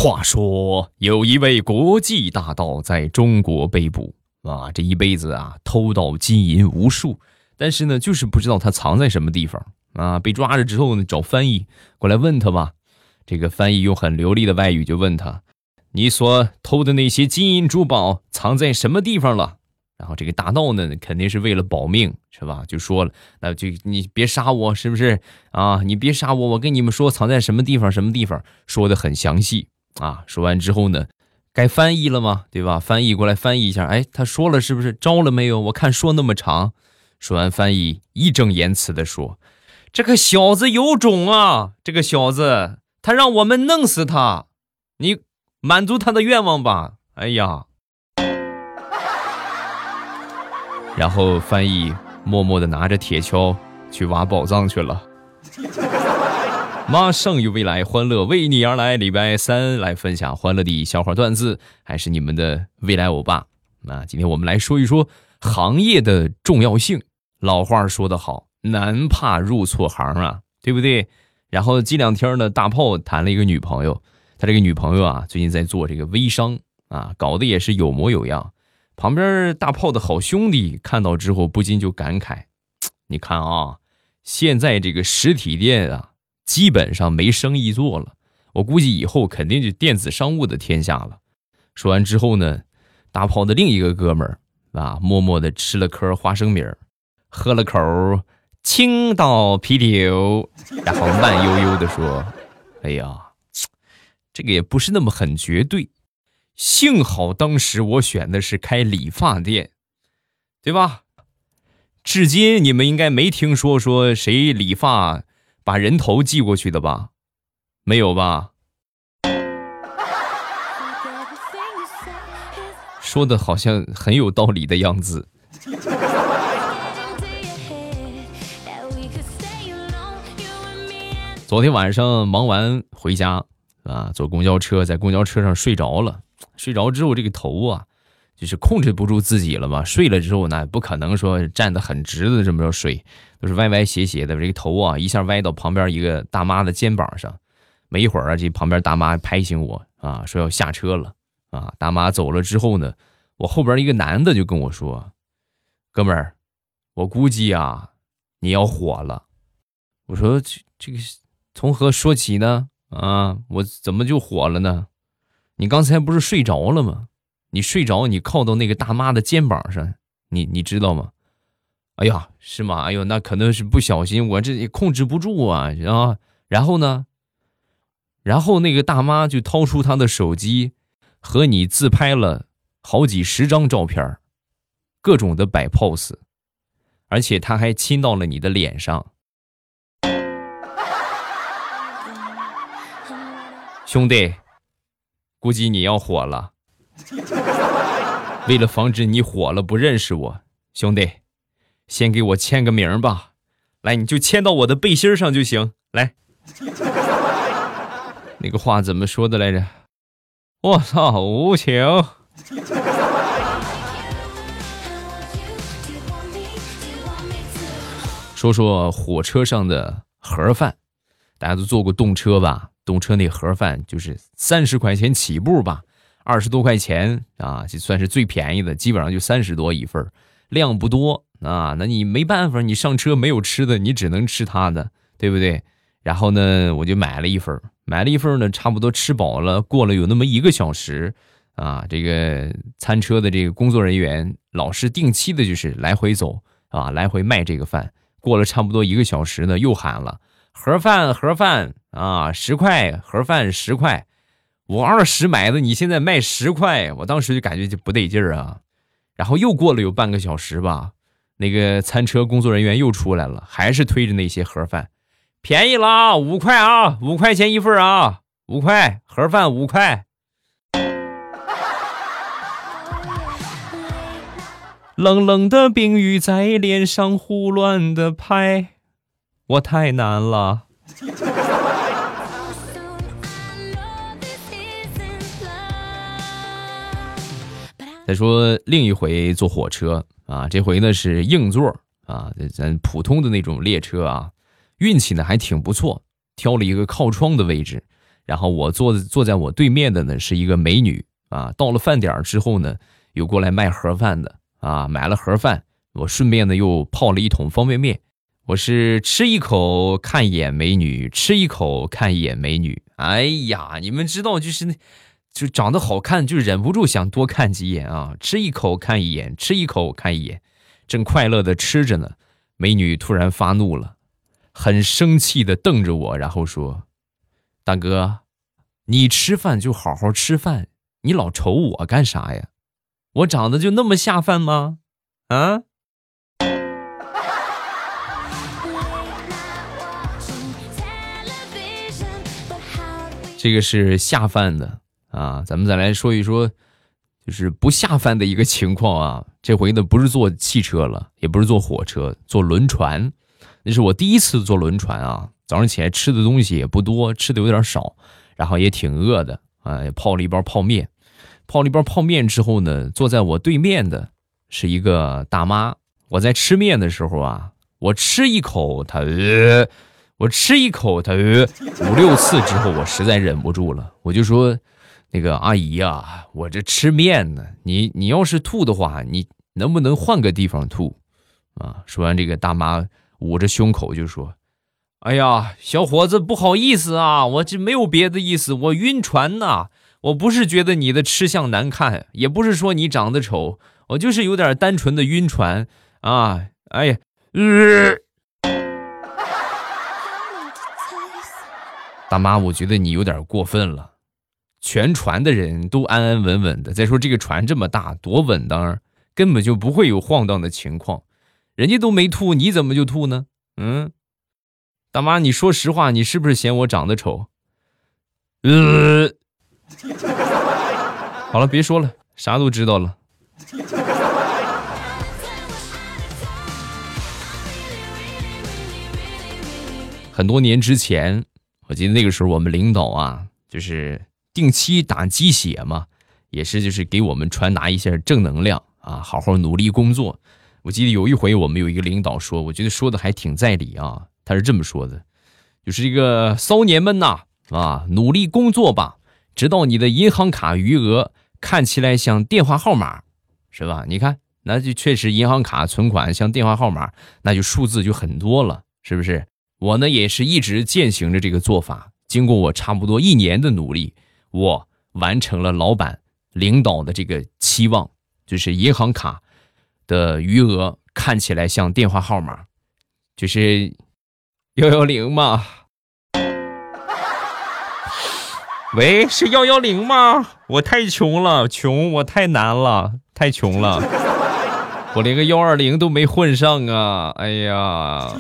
话说，有一位国际大盗在中国被捕啊，这一辈子啊偷盗金银无数，但是呢，就是不知道他藏在什么地方啊。被抓着之后呢，找翻译过来问他吧。这个翻译用很流利的外语就问他：“你所偷的那些金银珠宝藏在什么地方了？”然后这个大盗呢，肯定是为了保命，是吧？就说了，那就你别杀我，是不是啊？你别杀我，我跟你们说藏在什么地方，什么地方，说的很详细啊。说完之后呢，该翻译了吗？对吧？翻译过来翻译一下，哎，他说了是不是？招了没有？我看说那么长。说完，翻译义正言辞的说：“这个小子有种啊！这个小子，他让我们弄死他，你满足他的愿望吧。”哎呀。然后翻译默默地拿着铁锹去挖宝藏去了。马上有未来欢乐为你而来，礼拜三来分享欢乐的笑话段子，还是你们的未来欧巴。那今天我们来说一说行业的重要性。老话说得好，男怕入错行啊，对不对？然后这两天呢，大炮谈了一个女朋友，他这个女朋友啊，最近在做这个微商啊，搞得也是有模有样。旁边大炮的好兄弟看到之后不禁就感慨，你看啊，现在这个实体店啊基本上没生意做了，我估计以后肯定就电子商务的天下了。说完之后呢，大炮的另一个哥们儿啊，默默地吃了颗花生米，喝了口青岛啤酒，然后慢悠悠地说：“哎呀，这个也不是那么很绝对。幸好当时我选的是开理发店，对吧？至今你们应该没听说谁理发把人头寄过去的吧？没有吧？”说的好像很有道理的样子。昨天晚上忙完回家啊，坐公交车，在公交车上睡着了。睡着之后，这个头啊，就是控制不住自己了嘛。睡了之后呢，不可能说站得很直的这么着睡，都是歪歪斜斜的。这个头啊，一下歪到旁边一个大妈的肩膀上。没一会儿啊，这旁边大妈拍醒我啊，说要下车了啊。大妈走了之后呢，我后边一个男的就跟我说：“哥们儿，我估计啊，你要火了。”我说：“这个从何说起呢？啊，我怎么就火了呢？你刚才不是睡着了吗？你睡着，你靠到那个大妈的肩膀上，你知道吗？”“哎呀，是吗？哎呦，那可能是不小心，我这也控制不住啊。”然后呢？然后那个大妈就掏出她的手机，和你自拍了好几十张照片，各种的摆 pose， 而且她还亲到了你的脸上。兄弟，估计你要火了。为了防止你火了不认识我，兄弟，先给我签个名吧。来，你就签到我的背心上就行。来，那个话怎么说的来着？我操，无情。说说火车上的盒饭，大家都坐过动车吧？动车那盒饭就是30块钱起步吧，20多块钱啊，这算是最便宜的，基本上就30多一份，量不多啊。那你没办法，你上车没有吃的，你只能吃它的，对不对？然后呢，我就买了一份呢，差不多吃饱了，过了有那么1个小时啊，这个餐车的这个工作人员老是定期的就是来回走啊，来回卖这个饭。过了差不多1个小时呢，又喊了盒饭啊，10块，盒饭10块，我20买的，你现在卖10块，我当时就感觉就不对劲儿啊。然后又过了有半个小时吧，那个餐车工作人员又出来了，还是推着那些盒饭，便宜了啊，5块啊，5块钱一份啊，5块，盒饭5块。冷冷的冰雨在脸上胡乱的拍，我太难了。再说另一回坐火车啊，这回呢是硬座啊，咱普通的那种列车啊，运气呢还挺不错，挑了一个靠窗的位置， 然后我坐在我对面的呢是一个美女啊。到了饭点之后呢，有过来卖盒饭的啊，买了盒饭，我顺便呢又泡了一桶方便面。我是吃一口看一眼美女，吃一口看一眼美女。哎呀，你们知道就长得好看，就忍不住想多看几眼啊！吃一口看一眼，吃一口看一眼，正快乐的吃着呢，美女突然发怒了，很生气的瞪着我，然后说：“大哥，你吃饭就好好吃饭，你老瞅我干啥呀？我长得就那么下饭吗？啊？”这个是下饭的啊，咱们再来说一说，就是不下饭的一个情况啊。这回呢不是坐汽车了，也不是坐火车，坐轮船。那是我第一次坐轮船啊。早上起来吃的东西也不多，吃的有点少，然后也挺饿的啊，也泡了一包泡面。泡了一包泡面之后呢，坐在我对面的是一个大妈。我在吃面的时候啊，我吃一口她我吃一口它5-6次之后，我实在忍不住了，我就说：“那个阿姨啊，我这吃面呢，你要是吐的话，你能不能换个地方吐？”啊，说完这个大妈捂着胸口就说：“哎呀，小伙子，不好意思啊，我这没有别的意思，我晕船呐，我不是觉得你的吃相难看，也不是说你长得丑，我就是有点单纯的晕船啊。哎呀，大妈，我觉得你有点过分了。全船的人都安安稳稳的，再说这个船这么大，多稳当，根本就不会有晃荡的情况。人家都没吐，你怎么就吐呢？大妈，你说实话，你是不是嫌我长得丑？好了，别说了，啥都知道了。很多年之前，我记得那个时候我们领导啊，就是定期打鸡血嘛，也是就是给我们传达一些正能量啊，好好努力工作。我记得有一回我们有一个领导说，我觉得说的还挺在理啊，他是这么说的，就是这个骚年们呐，努力工作吧，直到你的银行卡余额看起来像电话号码，是吧？你看，那就确实银行卡存款像电话号码，那就数字就很多了，是不是？我呢也是一直践行着这个做法，经过我差不多1年的努力，我完成了老板领导的这个期望，就是银行卡的余额看起来像电话号码，就是110吗？喂，是110吗？我太穷了，我太难了，太穷了，我连个120都没混上啊！哎呀。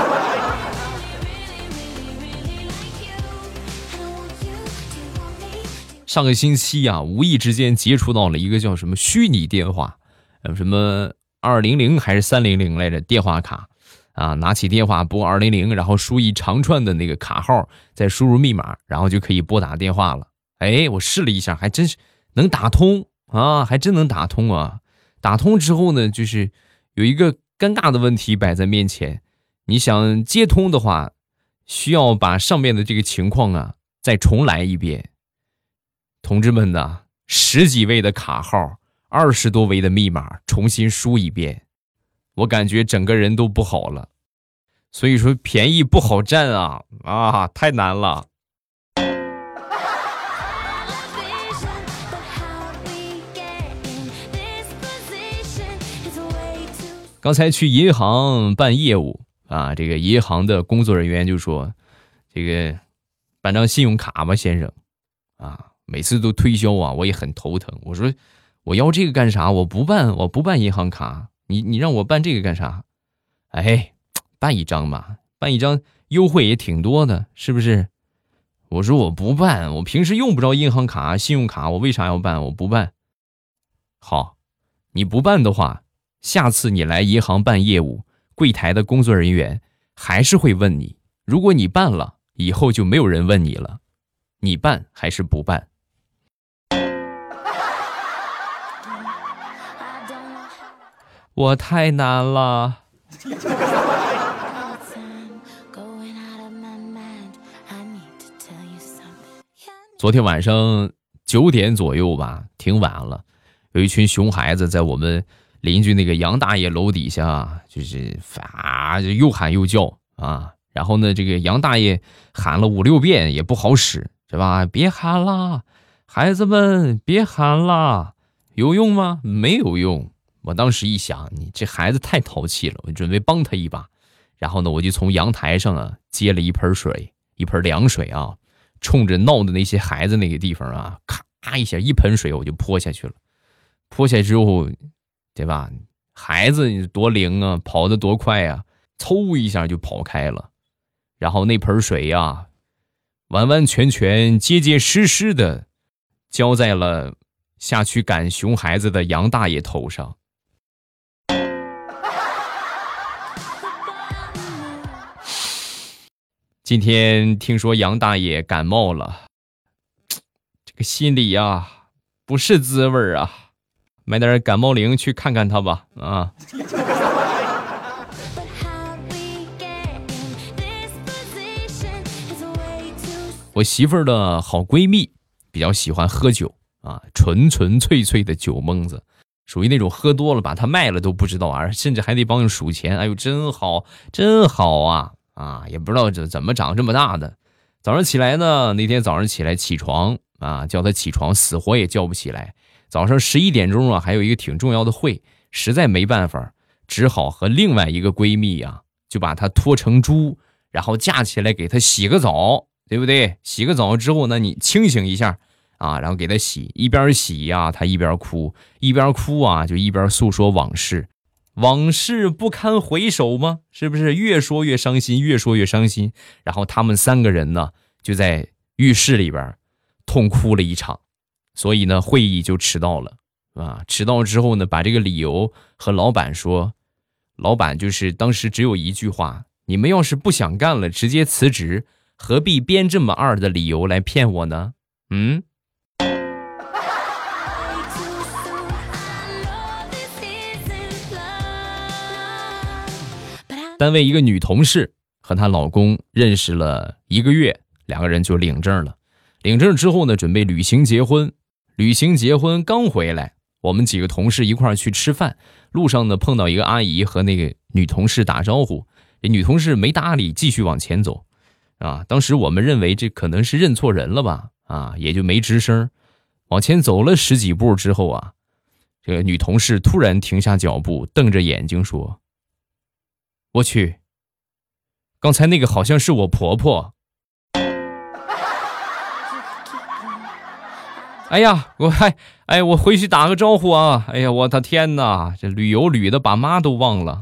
上个星期啊，无意之间接触到了一个叫什么虚拟电话，什么200还是300来着电话卡啊，拿起电话拨200，然后输一长串的那个卡号，再输入密码，然后就可以拨打电话了。哎，我试了一下，还真是能打通啊，还真能打通啊。打通之后呢，就是有一个尴尬的问题摆在面前，你想接通的话，需要把上面的这个情况啊再重来一遍。同志们呐，10几位的卡号，20多位的密码，重新输一遍，我感觉整个人都不好了。所以说便宜不好占啊，太难了。刚才去银行办业务啊，这个银行的工作人员就说：“这个办张信用卡吧，先生。”啊。每次都推销啊，我也很头疼。我说我要这个干啥？我不办银行卡，你让我办这个干啥？哎，办一张嘛，办一张优惠也挺多的，是不是？我说我不办，我平时用不着银行卡、信用卡，我为啥要办？我不办。好，你不办的话，下次你来银行办业务，柜台的工作人员还是会问你。如果你办了，以后就没有人问你了。你办还是不办？我太难了。 昨天晚上9点左右吧，挺晚了，有一群熊孩子在我们邻居那个杨大爷楼底下，就是就又喊又叫啊。然后呢，这个杨大爷喊了5、6遍也不好使，是吧？别喊啦，孩子们别喊啦，有用吗？没有用。我当时一想，你这孩子太淘气了，我准备帮他一把。然后呢，我就从阳台上啊接了一盆水，一盆凉水啊，冲着闹的那些孩子那个地方啊，咔一下一盆水我就泼下去了。泼下之后，对吧？孩子多灵啊，跑得多快啊，嗖一下就跑开了。然后那盆水呀，完完全全结结实实的浇在了下去赶熊孩子的杨大爷头上。今天听说杨大爷感冒了，这个心里呀不是滋味啊，买点感冒灵去看看他吧啊。我媳妇儿的好闺蜜比较喜欢喝酒啊，纯纯粹粹的酒蒙子，属于那种喝多了把它卖了都不知道啊，甚至还得帮人数钱。哎呦，真好，真好啊！啊，也不知道这怎么长这么大的。早上起来呢，那天早上起来起床啊，叫他起床，死活也叫不起来。早上11点钟啊，还有一个挺重要的会，实在没办法，只好和另外一个闺蜜啊，就把她拖成猪，然后架起来给她洗个澡，对不对？洗个澡之后呢，你清醒一下啊，然后给她洗，一边洗呀，她一边哭，一边哭啊，就一边诉说往事。往事不堪回首吗？是不是越说越伤心，越说越伤心？然后他们3个人呢，就在浴室里边痛哭了一场，所以呢，会议就迟到了啊。迟到之后呢，把这个理由和老板说，老板就是当时只有一句话：你们要是不想干了，直接辞职，何必编这么二的理由来骗我呢？嗯。单位一个女同事和她老公认识了1个月，2个人就领证了。领证之后呢，准备旅行结婚。旅行结婚刚回来，我们几个同事一块儿去吃饭，路上呢碰到一个阿姨和那个女同事打招呼，这女同事没搭理，继续往前走。啊，当时我们认为这可能是认错人了吧，啊，也就没吱声。往前走了10几步之后啊，这个女同事突然停下脚步，瞪着眼睛说：我去，刚才那个好像是我婆婆。哎呀，我回去打个招呼啊！哎呀，我的天哪，这旅游旅的把妈都忘了。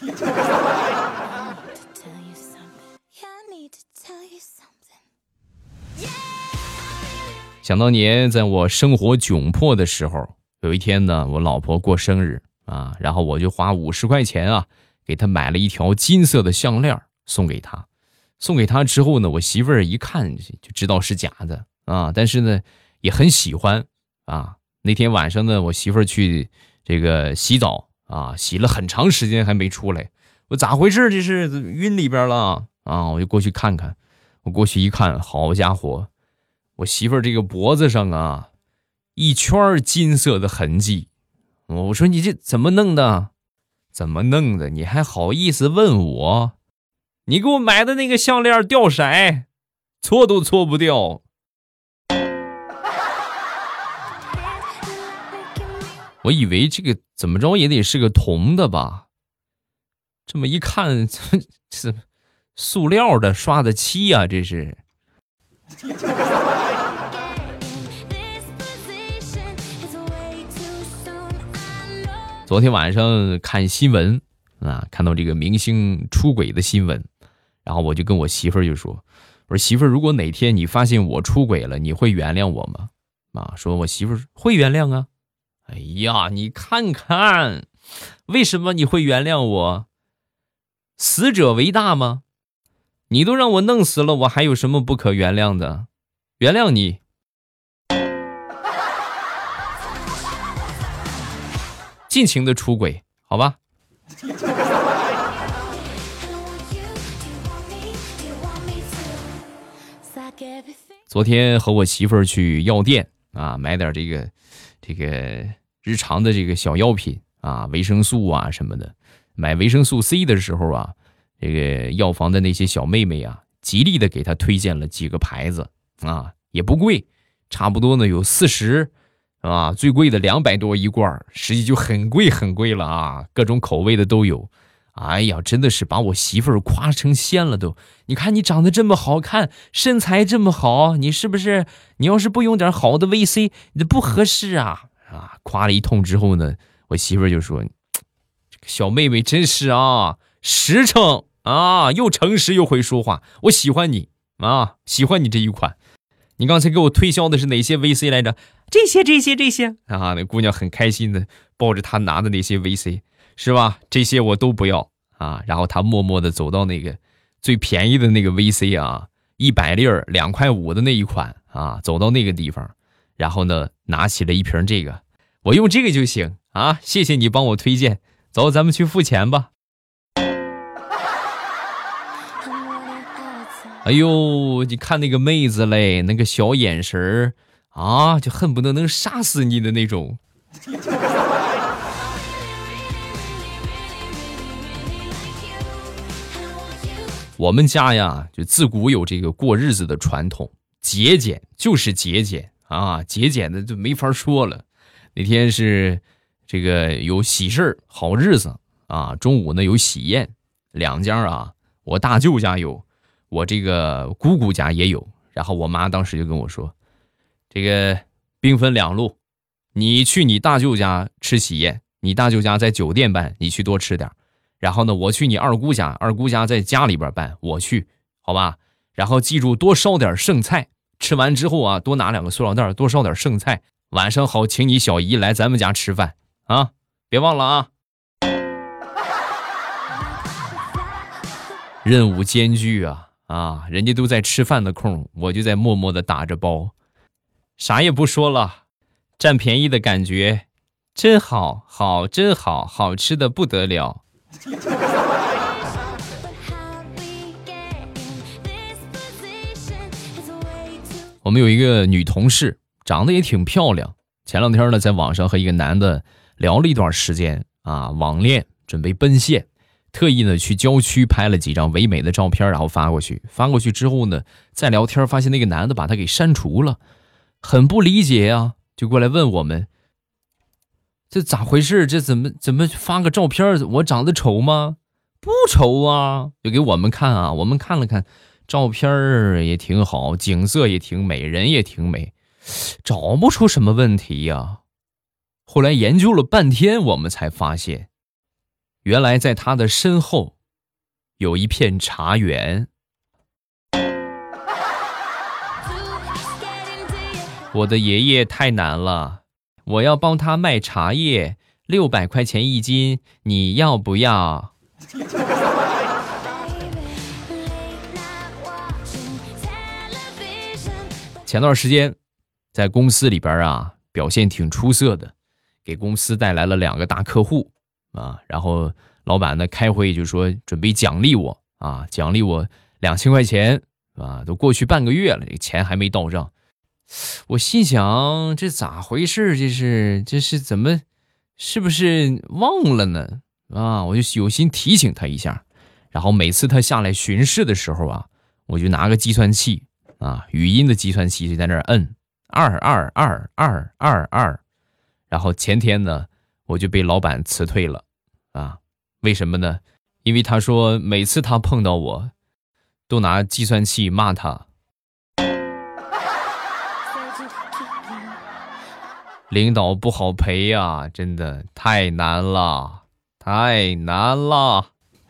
想当年在我生活窘迫的时候，有一天呢，我老婆过生日啊，然后我就花50块钱啊，给她买了一条金色的项链送给她。送给她之后呢，我媳妇儿一看就知道是假的啊，但是呢也很喜欢啊。那天晚上呢，我媳妇儿去这个洗澡啊，洗了很长时间还没出来，我咋回事？这是晕里边了啊！我就过去看看，我过去一看，好家伙，我媳妇儿这个脖子上啊，一圈金色的痕迹。我说你这怎么弄的？怎么弄的？你还好意思问我？你给我买的那个项链掉色，搓都搓不掉。我以为这个怎么着也得是个铜的吧，这么一看，这塑料的刷的漆啊，这是。昨天晚上看新闻啊，看到这个明星出轨的新闻，然后我就跟我媳妇儿就说，我说媳妇儿，如果哪天你发现我出轨了，你会原谅我吗？啊，说我媳妇儿会原谅啊。哎呀，你看看，为什么你会原谅我？死者为大吗？你都让我弄死了，我还有什么不可原谅的？原谅你。尽情的出轨，好吧？ 昨天和我媳妇儿去药店啊，买点这个日常的这个小药品啊，维生素啊什么的。买维生素 C 的时候啊，这个药房的那些小妹妹啊，极力的给她推荐了几个牌子啊，也不贵，差不多呢有40啊，最贵的200多一罐，实际就很贵很贵了啊，各种口味的都有。哎呀，真的是把我媳妇儿夸成仙了都。你看你长得这么好看，身材这么好，你是不是你要是不用点好的 VC， 你不合适啊。夸了一通之后呢，我媳妇儿就说，这个小妹妹真是啊，实诚啊，又诚实又会说话，我喜欢你啊，喜欢你这一款。你刚才给我推销的是哪些 VC 来着？这些啊，那姑娘很开心的抱着她拿的那些 VC， 是吧？这些我都不要啊。然后她默默的走到那个最便宜的那个 VC 啊，100粒2.5块的那一款啊，走到那个地方，然后呢拿起了一瓶这个，我用这个就行啊，谢谢你帮我推荐，走，咱们去付钱吧。哎呦，你看那个妹子嘞，那个小眼神儿啊，就恨不得能杀死你的那种。我们家呀，就自古有这个过日子的传统，节俭就是节俭啊，节俭的就没法说了。那天是这个有喜事儿好日子啊，中午呢有喜宴，两家啊，我大舅家有，我这个姑姑家也有。然后我妈当时就跟我说，这个兵分两路，你去你大舅家吃喜宴，你大舅家在酒店办，你去多吃点。然后呢，我去你二姑家，二姑家在家里边办，我去，好吧？然后记住多烧点剩菜，吃完之后啊，多拿2个塑料袋，多烧点剩菜，晚上好请你小姨来咱们家吃饭啊，别忘了啊。任务艰巨啊，人家都在吃饭的空，我就在默默的打着包，啥也不说了，占便宜的感觉真好，真好，好吃的不得了。我们有一个女同事，长得也挺漂亮。前两天呢，在网上和一个男的聊了一段时间啊，网恋，准备奔现，特意呢去郊区拍了几张唯美的照片，然后发过去。发过去之后呢，再聊天发现那个男的把他给删除了，很不理解啊，就过来问我们，这咋回事？这怎么发个照片？我长得丑吗？不丑啊，就给我们看啊。我们看了看照片也挺好，景色也挺美，人也挺美，找不出什么问题呀。后来研究了半天，我们才发现，原来在他的身后有一片茶园。我的爷爷太难了，我要帮他卖茶叶，600块钱一斤，你要不要？前段时间在公司里边啊，表现挺出色的，给公司带来了2个大客户啊，然后老板呢开会就说准备奖励我啊，奖励我2000块钱啊，都过去半个月了，这个钱还没到账。我心想这咋回事？这是怎么？是不是忘了呢？啊，我就有心提醒他一下。然后每次他下来巡视的时候啊，我就拿个计算器啊，语音的计算器就在那儿摁2222222。然后前天呢，我就被老板辞退了啊。为什么呢？因为他说每次他碰到我，都拿计算器骂他。领导不好陪呀，真的太难了，太难了。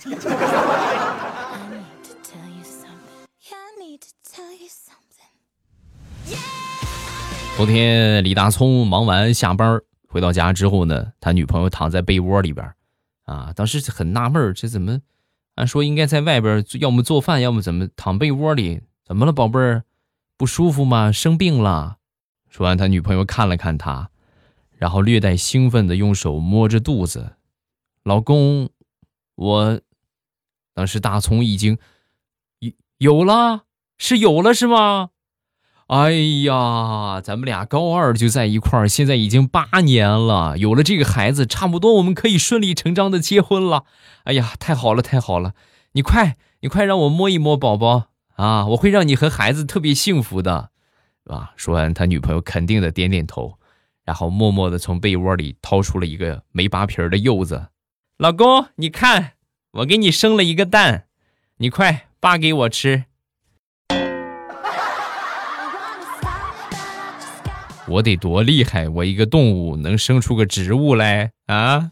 昨天李大聪忙完下班回到家之后呢，他女朋友躺在被窝里边啊，当时很纳闷，这怎么按说应该在外边，要么做饭，要么怎么躺被窝里？怎么了，宝贝儿？不舒服吗？生病了？说完，他女朋友看了看他，然后略带兴奋的用手摸着肚子，老公，我当时大葱已经有了，是有了是吗？ 哎呀，咱们俩高二就在一块儿，现在已经8年了，有了这个孩子，差不多我们可以顺理成章的结婚了。哎呀，太好了，太好了！你快让我摸一摸宝宝啊，我会让你和孩子特别幸福的，是吧？说完，他女朋友肯定的点点头，然后默默的从被窝里掏出了一个没扒皮的柚子。老公，你看，我给你生了一个蛋，你快扒给我吃。我得多厉害，我一个动物能生出个植物来啊！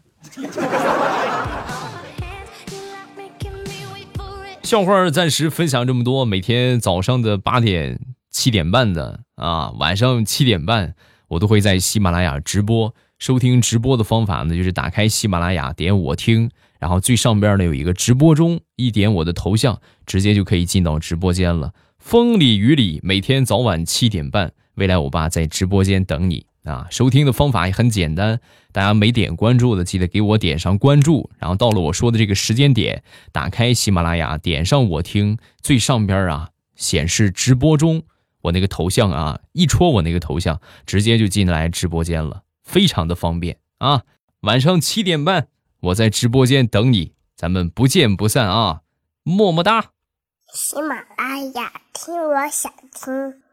笑话暂时分享这么多，每天早上的8点、7点半的啊，晚上7点半，我都会在喜马拉雅直播。收听直播的方法呢，就是打开喜马拉雅，点我听，然后最上边呢有一个直播中，一点我的头像，直接就可以进到直播间了。风里雨里，每天早晚7点半，未来我爸在直播间等你啊！收听的方法也很简单，大家没点关注的记得给我点上关注，然后到了我说的这个时间点，打开喜马拉雅，点上我听，最上边啊显示直播中，我那个头像啊，一戳我那个头像，直接就进来直播间了，非常的方便啊！晚上7点半，我在直播间等你，咱们不见不散啊！么么哒！ 喜马拉雅听我想听。